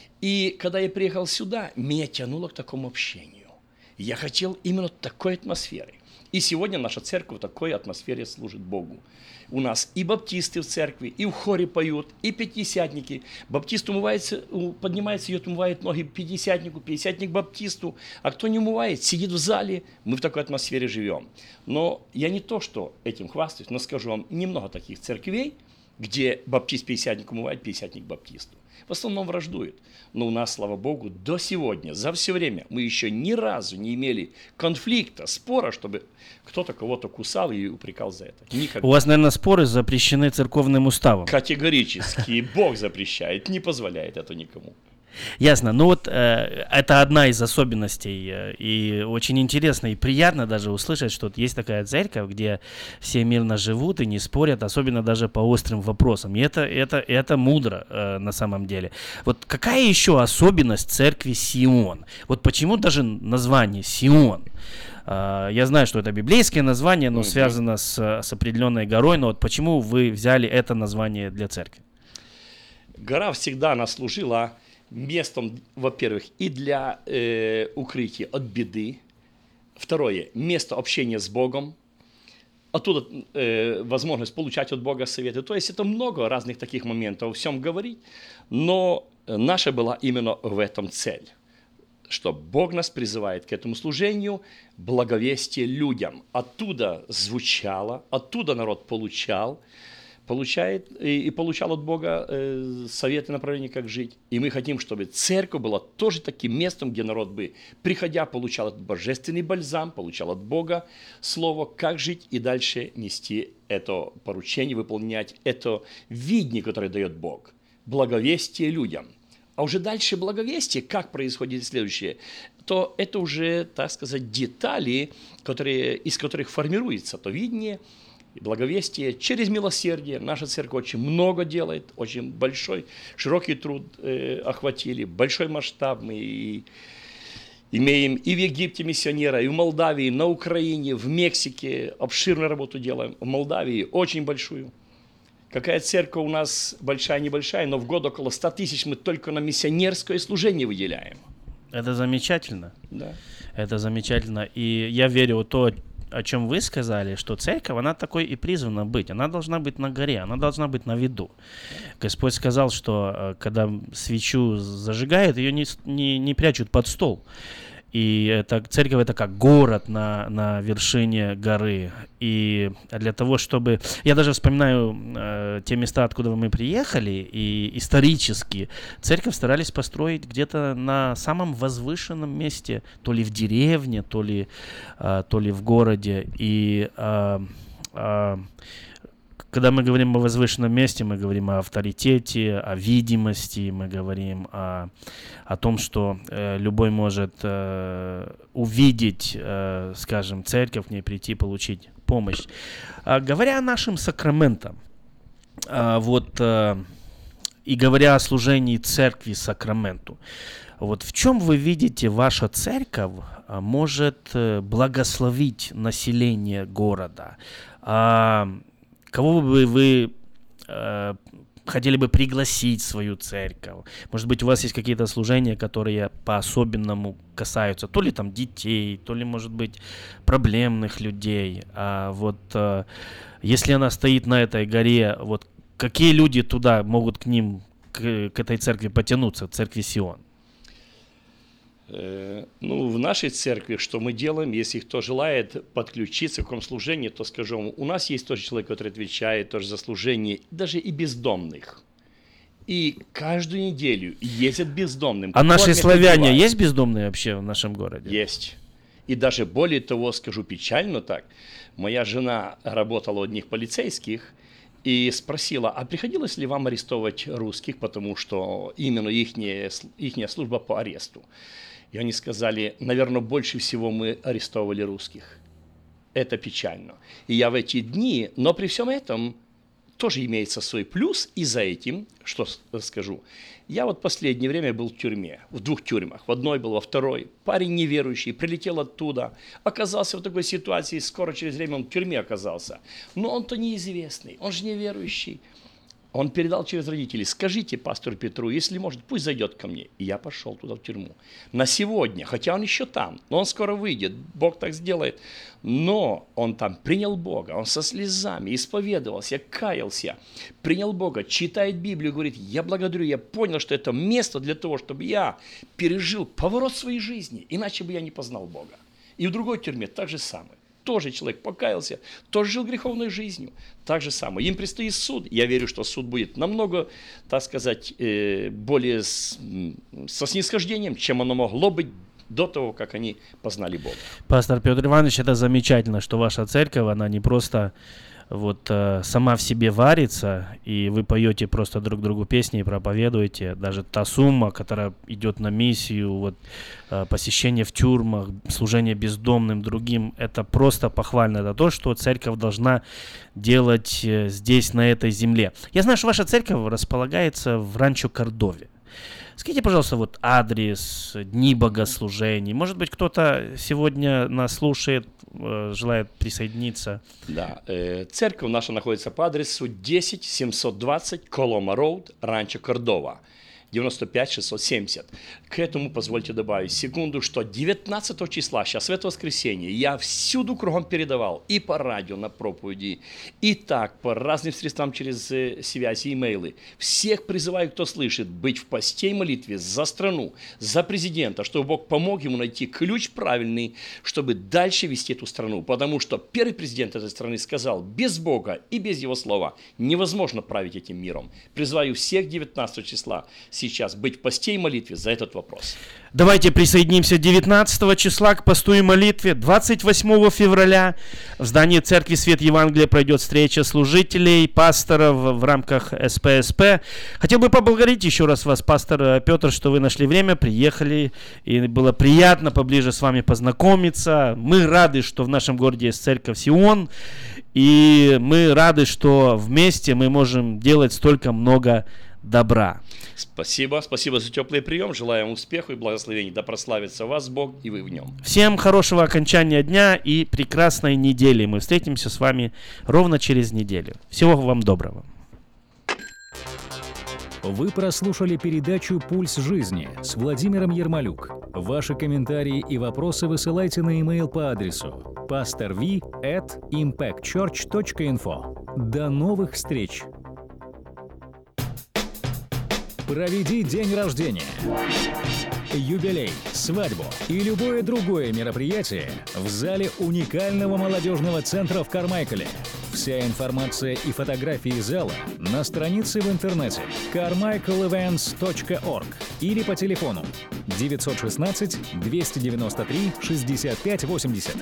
И когда я приехал сюда, меня тянуло к такому общению. Я хотел именно такой атмосферы. И сегодня наша церковь в такой атмосфере служит Богу. У нас и баптисты в церкви, и в хоре поют, и пятидесятники. Баптист поднимается, идет, умывает ноги пятидесятнику, пятидесятник баптисту. А кто не умывает, сидит в зале. Мы в такой атмосфере живем. Но я не то, что этим хвастаюсь, но скажу вам, немного таких церквей, где баптист пятидесятник умывает, пятидесятник баптисту. В основном враждуют. Но у нас, слава Богу, до сегодня, за все время, мы еще ни разу не имели конфликта, спора, чтобы кто-то кого-то кусал и упрекал за это. Никогда. У вас, наверное, споры запрещены церковным уставом. Категорически. Бог запрещает, не позволяет это никому. Ясно. Ну вот это одна из особенностей, и очень интересно и приятно даже услышать, что есть такая церковь, где все мирно живут и не спорят, особенно даже по острым вопросам. И это мудро на самом деле. Вот какая еще особенность церкви Сион? Вот почему даже название Сион? Я знаю, что это библейское название, но связано с определенной горой, но вот почему вы взяли это название для церкви? Гора всегда она служила местом, во-первых, и для укрытия от беды. Второе, место общения с Богом. Оттуда возможность получать от Бога советы. То есть это много разных таких моментов, о всем говорить. Но наша была именно в этом цель. Что Бог нас призывает к этому служению, благовестие людям. Оттуда звучало, оттуда народ получает и получал от Бога советы, направления, как жить. И мы хотим, чтобы церковь была тоже таким местом, где народ бы, приходя, получал этот божественный бальзам, получал от Бога слово, как жить и дальше нести это поручение, выполнять это видение, которое дает Бог. Благовестие людям. А уже дальше благовестие, как происходит следующее, то это уже, так сказать, детали, из которых формируется то видение, и благовестие через милосердие. Наша церковь очень много делает, очень большой, широкий труд охватили, большой масштаб. Мы имеем и в Египте миссионера, и в Молдавии, на Украине, в Мексике. Обширную работу делаем. В Молдавии очень большую. Какая церковь у нас большая-небольшая, но в год около 100 тысяч мы только на миссионерское служение выделяем. Это замечательно. Да. Это замечательно. И я верю в то, о чем вы сказали, что церковь, она такой и призвана быть. Она должна быть на горе, она должна быть на виду. Господь сказал, что когда свечу зажигают, ее не прячут под стол. И церковь это как город на вершине горы. И для того, чтобы... Я даже вспоминаю те места, откуда мы приехали, и исторически церковь старались построить где-то на самом возвышенном месте, то ли в деревне, то ли в городе. И когда мы говорим о возвышенном месте, мы говорим о авторитете, о видимости, мы говорим о том, что любой может увидеть, скажем, церковь, к ней прийти, получить помощь. Говоря о нашем сакраментам, и говоря о служении церкви сакраменту, вот в чем вы видите, ваша церковь может благословить население города? Кого бы вы хотели бы пригласить в свою церковь? Может быть, у вас есть какие-то служения, которые по-особенному касаются то ли там детей, то ли, может быть, проблемных людей. Если она стоит на этой горе, вот какие люди туда могут к этой церкви потянуться, церкви Сион? В нашей церкви, что мы делаем, если кто желает подключиться к какому служению, то скажу, у нас есть тоже человек, который отвечает тоже за служение, даже и бездомных. И каждую неделю ездят бездомным. А наши славяне есть бездомные вообще в нашем городе? Есть. И даже более того, скажу печально так, моя жена работала у одних полицейских, и спросила, а приходилось ли вам арестовывать русских, потому что именно ихняя служба по аресту. И они сказали, наверное, больше всего мы арестовывали русских. Это печально. И я в эти дни, но при всем этом тоже имеется свой плюс. И за этим, что скажу, я вот последнее время был в тюрьме, в 2 тюрьмах. В одной был, во второй. Парень неверующий, прилетел оттуда, оказался в такой ситуации, скоро через время он в тюрьме оказался. Но он-то неизвестный, он же неверующий. Он передал через родителей, скажите пастору Петру, если может, пусть зайдет ко мне. И я пошел туда в тюрьму. На сегодня, хотя он еще там, но он скоро выйдет, Бог так сделает. Но он там принял Бога, он со слезами исповедовался, каялся, принял Бога, читает Библию, говорит, я благодарю, я понял, что это место для того, чтобы я пережил поворот своей жизни, иначе бы я не познал Бога. И в другой тюрьме так же самое. Тоже человек покаялся, тоже жил греховной жизнью. Так же самое. Им предстоит суд. Я верю, что суд будет намного, так сказать, более со снисхождением, чем оно могло быть до того, как они познали Бога. Пастор Петр Иванович, это замечательно, что ваша церковь, она не просто сама в себе варится, и вы поете просто друг другу песни и проповедуете. Даже та сумма, которая идет на миссию, посещение в тюрьмах, служение бездомным, другим, это просто похвально. Это то, что церковь должна делать здесь, на этой земле. Я знаю, что ваша церковь располагается в Ранчо Кордове. Скажите, пожалуйста, вот адрес, дни богослужений. Может быть, кто-то сегодня нас слушает, желает присоединиться? Да, церковь наша находится по адресу 10720 Колома Роуд, Ранчо Кордова. 95-670. К этому позвольте добавить секунду, что 19 числа, сейчас в это воскресенье, я всюду кругом передавал, и по радио на проповеди, и так, по разным средствам через связь и имейлы. Всех призываю, кто слышит, быть в посте и молитве за страну, за президента, чтобы Бог помог ему найти ключ правильный, чтобы дальше вести эту страну. Потому что первый президент этой страны сказал, без Бога и без его слова невозможно править этим миром. Призываю всех 19 числа сейчас быть в посте и молитве за этот вопрос. Давайте присоединимся 19 числа к посту и молитве. 28 февраля в здании Церкви Свет Евангелия пройдет встреча служителей, пасторов в рамках СПСП. Хотел бы поблагодарить еще раз вас, пастор Петр, что вы нашли время, приехали, и было приятно поближе с вами познакомиться. Мы рады, что в нашем городе есть церковь Сион, и мы рады, что вместе мы можем делать столько много добра. Спасибо за теплый прием. Желаем успеха и благословений. Да прославится вас Бог и вы в нем. Всем хорошего окончания дня и прекрасной недели. Мы встретимся с вами ровно через неделю. Всего вам доброго. Вы прослушали передачу «Пульс жизни» с Владимиром Ермолюк. Ваши комментарии и вопросы высылайте на e-mail по адресу pastorv@impactchurch.info. До новых встреч! Проведи день рождения, юбилей, свадьбу и любое другое мероприятие в зале уникального молодежного центра в Кармайкале. Вся информация и фотографии зала на странице в интернете carmichaelevents.org или по телефону 916 293 65 80.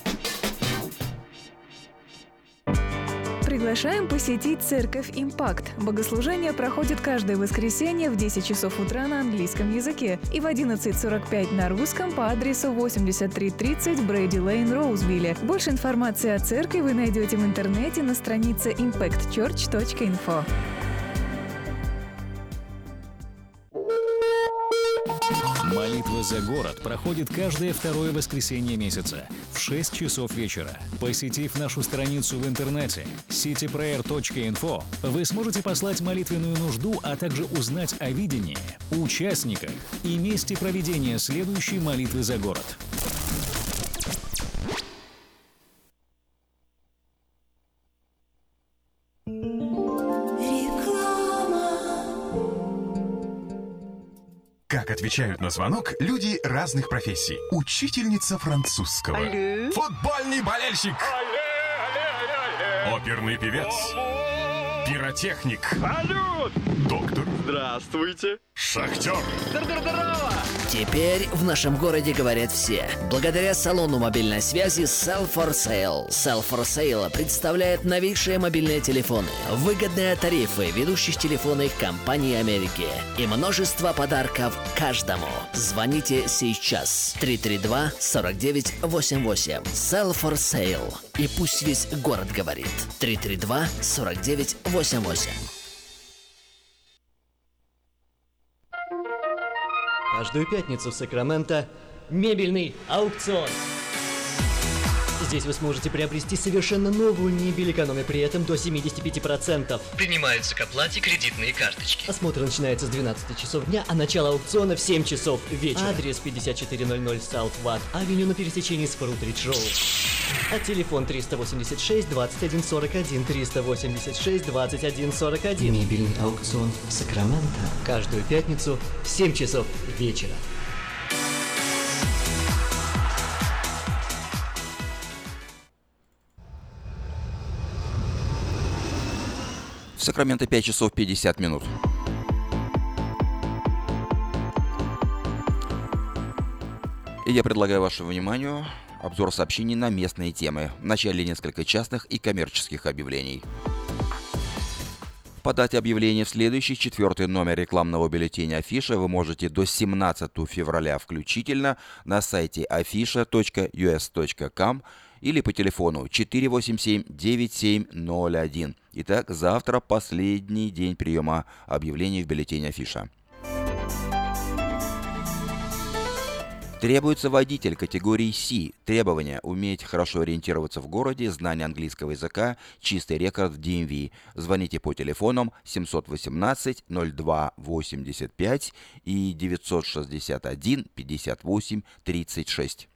Приглашаем посетить Церковь Импакт. Богослужение проходит каждое воскресенье в 10 часов утра на английском языке и в 11:45 на русском по адресу 8330 Брейди Лейн, Роузвилле. Больше информации о церкви вы найдете в интернете на странице impactchurch.info. Молитва за город проходит каждое второе воскресенье месяца в 6 часов вечера. Посетив нашу страницу в интернете cityprayer.info, вы сможете послать молитвенную нужду, а также узнать о видении, участниках и месте проведения следующей молитвы за город. Как отвечают на звонок люди разных профессий. Учительница французского. Алле. Футбольный болельщик. Алле. Оперный певец. Пиротехник. Салют! Доктор. Здравствуйте. Шахтер. Здорово! Теперь в нашем городе говорят все. Благодаря салону мобильной связи Sell for Sale. Sell for Sale представляет новейшие мобильные телефоны, выгодные тарифы ведущих телефонных компаний Америки и множество подарков каждому. Звоните сейчас. 332-4988. Sell for Sale. И пусть весь город говорит. 332-4988. Каждую пятницу в Сакраменто мебельный аукцион. Здесь вы сможете приобрести совершенно новую мебель, экономя при этом до 75%. Принимаются к оплате кредитные карточки. Осмотр начинается с 12 часов дня, а начало аукциона в 7 часов вечера. Адрес 5400 South Watt Avenue на пересечении с Фрутридж Роуд. А телефон 386-2141, 386-2141. Мебельный аукцион в Сакраменто. Каждую пятницу в 7 часов вечера. В Сакраменто 5 часов 50 минут. И я предлагаю вашему вниманию обзор сообщений на местные темы. В начале несколько частных и коммерческих объявлений. Подать объявление в следующий 4-й номер рекламного бюллетеня Афиша вы можете до 17 февраля включительно на сайте afisha.us.com или по телефону 487-9701. Итак, завтра последний день приема объявлений в бюллетене Афиша. Требуется водитель категории C. Требования: уметь хорошо ориентироваться в городе, знание английского языка, чистый рекорд в DMV. Звоните по телефонам 718-02-85 и 961-58-36.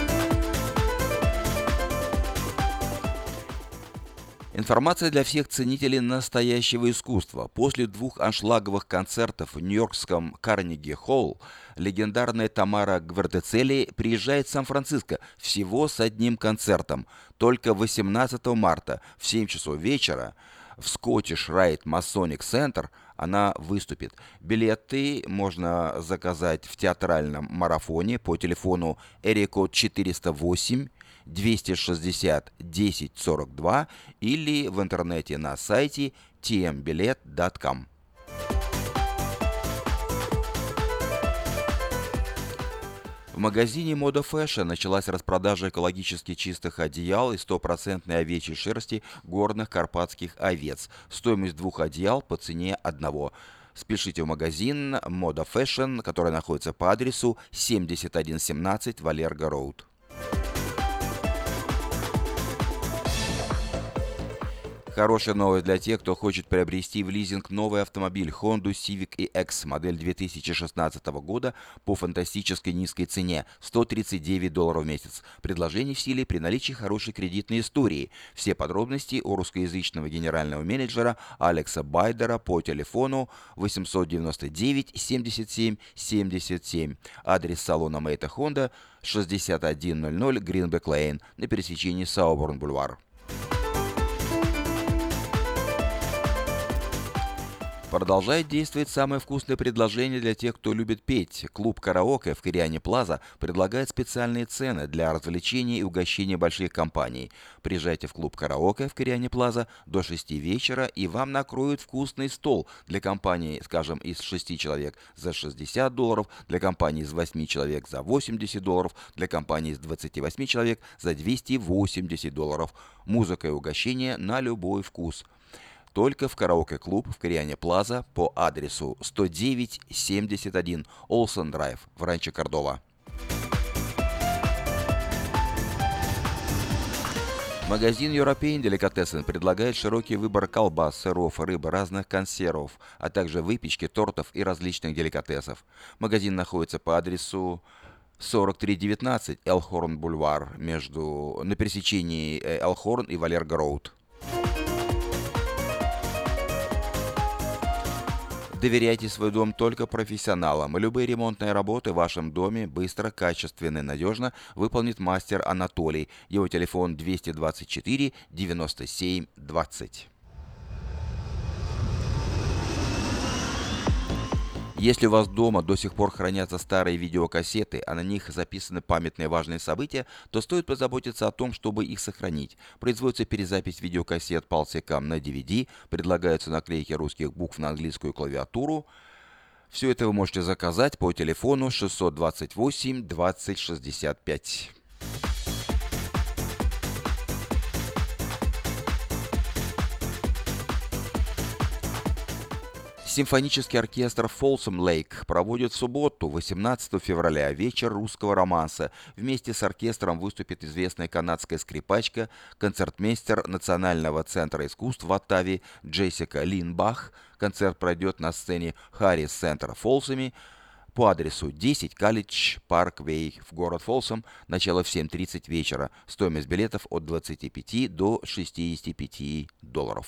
Информация для всех ценителей настоящего искусства. После 2 аншлаговых концертов в нью-йоркском Карнеги-Холл легендарная Тамара Гвардецелли приезжает в Сан-Франциско всего с одним концертом. Только 18 марта в 7 часов вечера в Scottish Rite Masonic Center она выступит. Билеты можно заказать в театральном марафоне по телефону эрикод 408 260 1042 или в интернете на сайте tmbilet.com. В магазине Moda Fashion началась распродажа экологически чистых одеял из 100% овечьей шерсти горных карпатских овец. Стоимость 2 одеял по цене одного. Спешите в магазин Moda Fashion, который находится по адресу 7117 Валерго Роуд. Хорошая новость для тех, кто хочет приобрести в лизинг новый автомобиль Honda Civic EX модель 2016 года по фантастической низкой цене – $139 в месяц. Предложение в силе при наличии хорошей кредитной истории. Все подробности у русскоязычного генерального менеджера Алекса Байдера по телефону 899 77 77. Адрес салона Мэйта Honda 6100 Greenback Lane на пересечении Сауборн-Бульвар. Продолжает действовать самое вкусное предложение для тех, кто любит петь. Клуб «Караоке» в Кориане Плаза предлагает специальные цены для развлечений и угощения больших компаний. Приезжайте в клуб «Караоке» в Кориане Плаза до 6 вечера, и вам накроют вкусный стол для компании, скажем, из 6 человек за $60, для компании из 8 человек за $80, для компании из 28 человек за $280. Музыка и угощение на любой вкус. Только в караоке-клуб в Кориане Плаза по адресу 10971 Олсен Драйв в Ранчо Кордова. Магазин European Delicatessen предлагает широкий выбор колбас, сыров, рыбы, разных консервов, а также выпечки, тортов и различных деликатесов. Магазин находится по адресу 4319 Элхорн Бульвар на пересечении Элхорн и Валерго Роуд. Доверяйте свой дом только профессионалам. Любые ремонтные работы в вашем доме быстро, качественно и надежно выполнит мастер Анатолий. Его телефон 224 97 20. Если у вас дома до сих пор хранятся старые видеокассеты, а на них записаны памятные важные события, то стоит позаботиться о том, чтобы их сохранить. Производится перезапись видеокассет Pulsecam на DVD, предлагаются наклейки русских букв на английскую клавиатуру. Все это вы можете заказать по телефону 628 20 65. Симфонический оркестр Folsom Lake проводит в субботу, 18 февраля, вечер русского романса. Вместе с оркестром выступит известная канадская скрипачка, концертмейстер Национального центра искусств в Оттаве Джессика Линбах. Концерт пройдет на сцене Харрис Центра в Фолсоме по адресу 10 Колледж Парквей в город Фолсом. Начало в 7:30 вечера. Стоимость билетов от $25 до $65.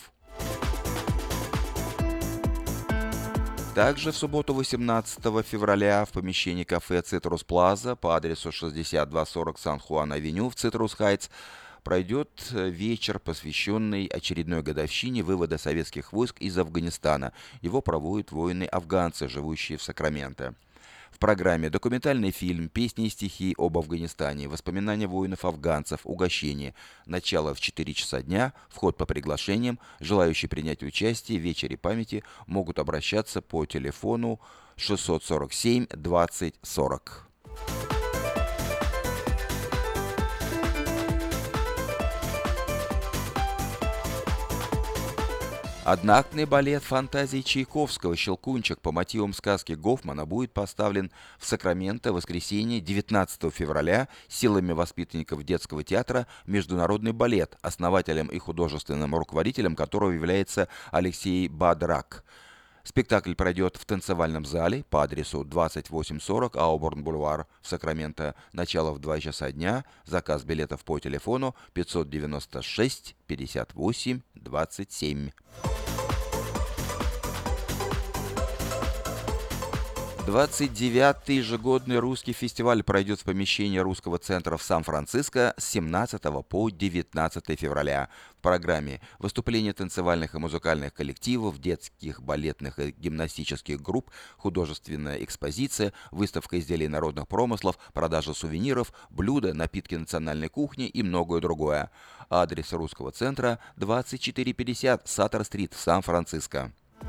Также в субботу 18 февраля в помещении кафе «Цитрус Плаза» по адресу 6240 Сан-Хуан-Авеню в Цитрус Хайтс пройдет вечер, посвященный очередной годовщине вывода советских войск из Афганистана. Его проводят воины-афганцы, живущие в Сакраменто. В программе документальный фильм, песни и стихи об Афганистане, воспоминания воинов-афганцев, угощение. Начало в 4 часа дня, вход по приглашениям. Желающие принять участие в вечере памяти могут обращаться по телефону 647 20 40. Одноактный балет фантазии Чайковского «Щелкунчик» по мотивам сказки Гофмана будет поставлен в Сакраменто в воскресенье 19 февраля силами воспитанников детского театра «Международный балет», основателем и художественным руководителем которого является Алексей Бадрак. Спектакль пройдет в танцевальном зале по адресу 2840 Ауборн-Бульвар в Сакраменто. Начало в 2 часа дня. Заказ билетов по телефону 596 58 27. 29-й ежегодный русский фестиваль пройдет в помещении Русского центра в Сан-Франциско с 17 по 19 февраля. В программе выступления танцевальных и музыкальных коллективов, детских, балетных и гимнастических групп, художественная экспозиция, выставка изделий народных промыслов, продажа сувениров, блюда, напитки национальной кухни и многое другое. Адрес Русского центра 2450 Саттер-стрит, Сан-Франциско.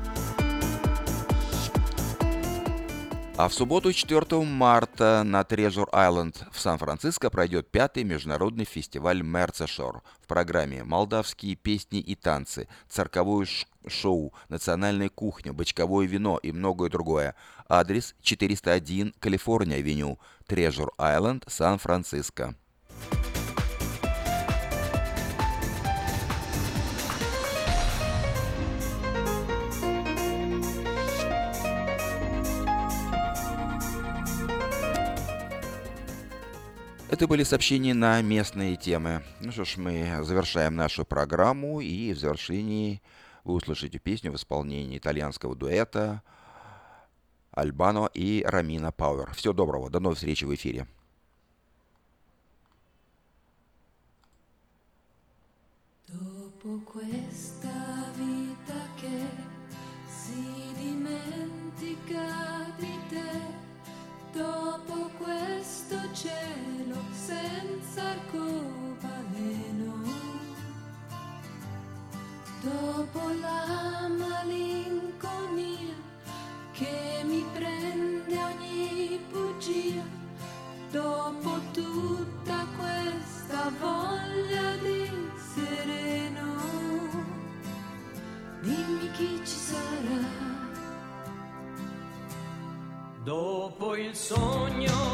А в субботу, 4 марта, на Трежор-Айленд в Сан-Франциско пройдет 5-й международный фестиваль Мерцешор. В программе молдавские песни и танцы, цирковое шоу, национальная кухня, бочковое вино и многое другое. Адрес 401 Калифорния-авеню, Трежор-Айленд, Сан-Франциско. Это были сообщения на местные темы. Ну что ж, мы завершаем нашу программу, и в завершении вы услышите песню в исполнении итальянского дуэта Альбано и Ромина Пауэр. Всего доброго, до новой встречи в эфире. Dopo questo cielo senza arcobaleno, dopo la malinconia che mi prende ogni bugia, dopo tutta questa voglia di sereno, dimmi chi ci sarà. Dopo il sogno